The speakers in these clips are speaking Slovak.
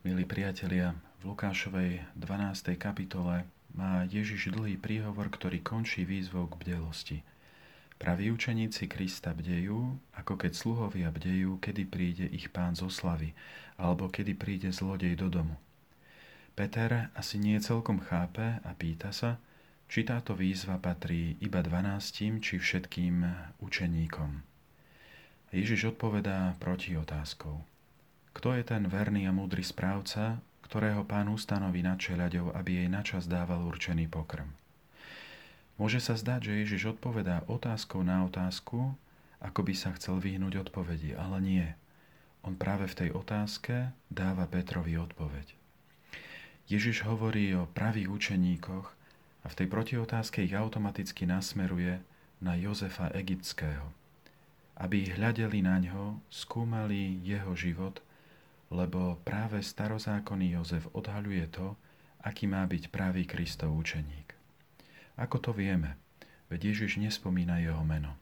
Milí priatelia, v Lukášovej 12. kapitole má Ježiš dlhý príhovor, ktorý končí výzvou k bdelosti. Praví učeníci Krista bdejú, ako keď sluhovia bdejú, kedy príde ich Pán z oslavy, alebo kedy príde zlodej do domu. Peter asi nie celkom chápe a pýta sa, či táto výzva patrí iba 12 či všetkým učeníkom. Ježiš odpovedá protiotázkou. Kto je ten verný a múdry správca, ktorého Pán ustanoví nad čeľaďou, aby jej načas dával určený pokrm? Môže sa zdať, že Ježiš odpovedá otázkou na otázku, ako by sa chcel vyhnúť odpovedi, ale nie. On práve v tej otázke dáva Petrovi odpoveď. Ježiš hovorí o pravých učeníkoch a v tej protiotázke ich automaticky nasmeruje na Jozefa Egyptského. Aby hľadeli na ňo, skúmali jeho život, lebo práve starozákonný Jozef odhaľuje to, aký má byť pravý Kristov učeník. Ako to vieme? Veď Ježiš nespomína jeho meno.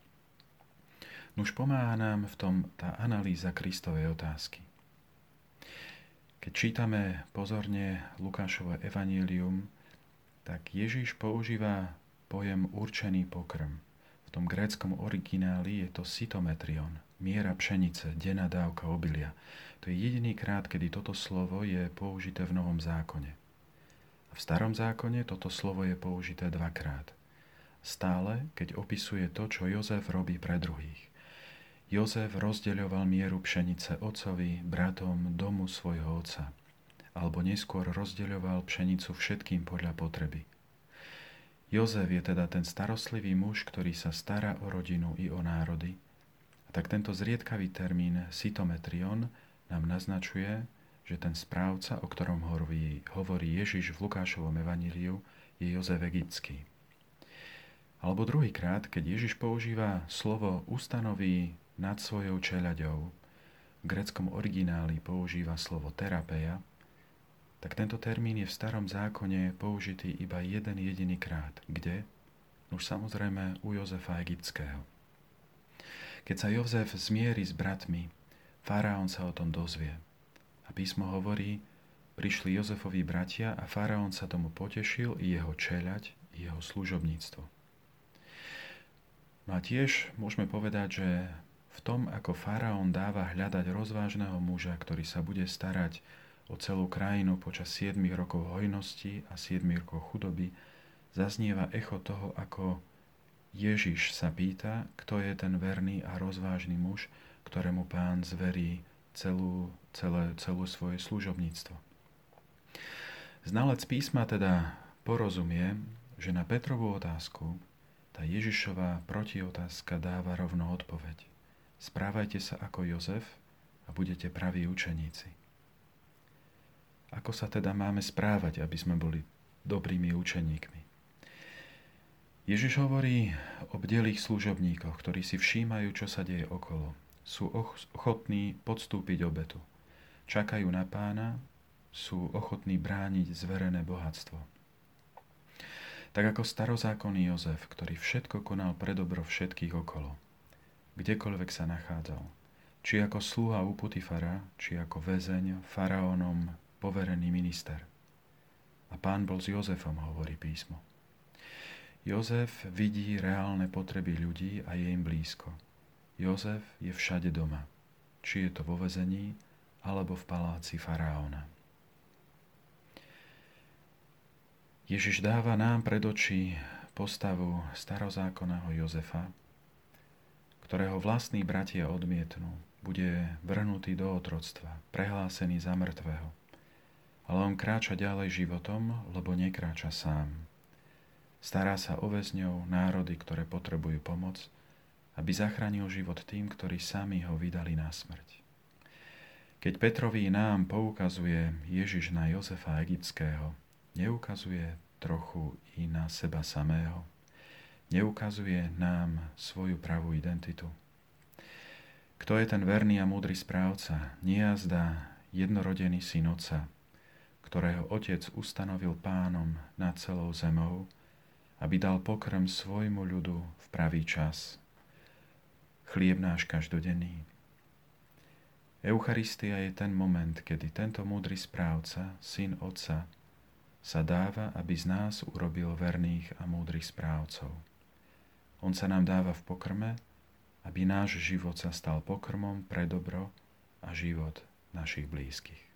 Nuž pomáha nám v tom tá analýza Kristovej otázky. Keď čítame pozorne Lukášovo evanjelium, tak Ježiš používa pojem určený pokrm. V tom gréckom origináli je to cytometrion, miera pšenice, denná dávka obilia. To je jediný krát, kedy toto slovo je použité v Novom zákone. A v Starom zákone toto slovo je použité dvakrát. Stále, keď opisuje to, čo Jozef robí pre druhých. Jozef rozdeľoval mieru pšenice otcovi, bratom, domu svojho otca. Alebo neskôr rozdeľoval pšenicu všetkým podľa potreby. Jozef je teda ten starostlivý muž, ktorý sa stará o rodinu i o národy. A tak tento zriedkavý termín cytometrion nám naznačuje, že ten správca, o ktorom hovorí Ježiš v Lukášovom evanjeliu, je Jozef Egyptský. Alebo druhýkrát, keď Ježiš používa slovo ustanoví nad svojou čeľaďou, v gréckom origináli používa slovo terapeia, tak tento termín je v Starom zákone použitý iba jeden jediný krát. Kde? Už samozrejme u Jozefa Egyptského. Keď sa Jozef zmierí s bratmi, faraón sa o tom dozvie. A písmo hovorí, prišli Jozefovi bratia a faraón sa tomu potešil i jeho čeľaď, i jeho služobníctvo. No a tiež môžeme povedať, že v tom, ako faraón dáva hľadať rozvážneho muža, ktorý sa bude starať o celú krajinu počas 7 rokov hojnosti a 7 rokov chudoby, zaznieva echo toho, ako Ježiš sa pýta, kto je ten verný a rozvážny muž, ktorému Pán zverí celé svoje služobníctvo. Znalec písma teda porozumie, že na Petrovú otázku tá Ježišová protiotázka dáva rovno odpoveď. Správajte sa ako Jozef a budete praví učeníci. Ako sa teda máme správať, aby sme boli dobrými učeníkmi? Ježiš hovorí o bdelých služobníkoch, ktorí si všímajú, čo sa deje okolo. Sú ochotní podstúpiť obetu. Čakajú na Pána, sú ochotní brániť zverené bohatstvo. Tak ako starozákonný Jozef, ktorý všetko konal pre dobro všetkých okolo. Kdekoľvek sa nachádzal. Či ako sluha u Putifara, či ako väzeň, faraónom poverený minister. A Pán bol s Jozefom, hovorí písmo. Jozef vidí reálne potreby ľudí a je im blízko. Jozef je všade doma, či je to vo väzení, alebo v paláci faraóna. Ježiš dáva nám pred oči postavu starozákonného Jozefa, ktorého vlastní bratia odmietnú, bude vrhnutý do otroctva, prehlásený za mŕtvého. Ale on kráča ďalej životom, lebo nekráča sám. Stará sa o väzňov, národy, ktoré potrebujú pomoc, aby zachránil život tým, ktorí sami ho vydali na smrť. Keď Petrovi nám poukazuje Ježiš na Jozefa Egyptského, neukazuje trochu i na seba samého, neukazuje nám svoju pravú identitu. Kto je ten verný a múdry správca? Nie azda jednorodený syn otca, ktorého otec ustanovil pánom nad celou zemou, aby dal pokrm svojmu ľudu v pravý čas. Chlieb náš každodenný. Eucharistia je ten moment, kedy tento múdry správca, Syn Otca, sa dáva, aby z nás urobil verných a múdrych správcov. On sa nám dáva v pokrme, aby náš život sa stal pokrmom pre dobro a život našich blízkych.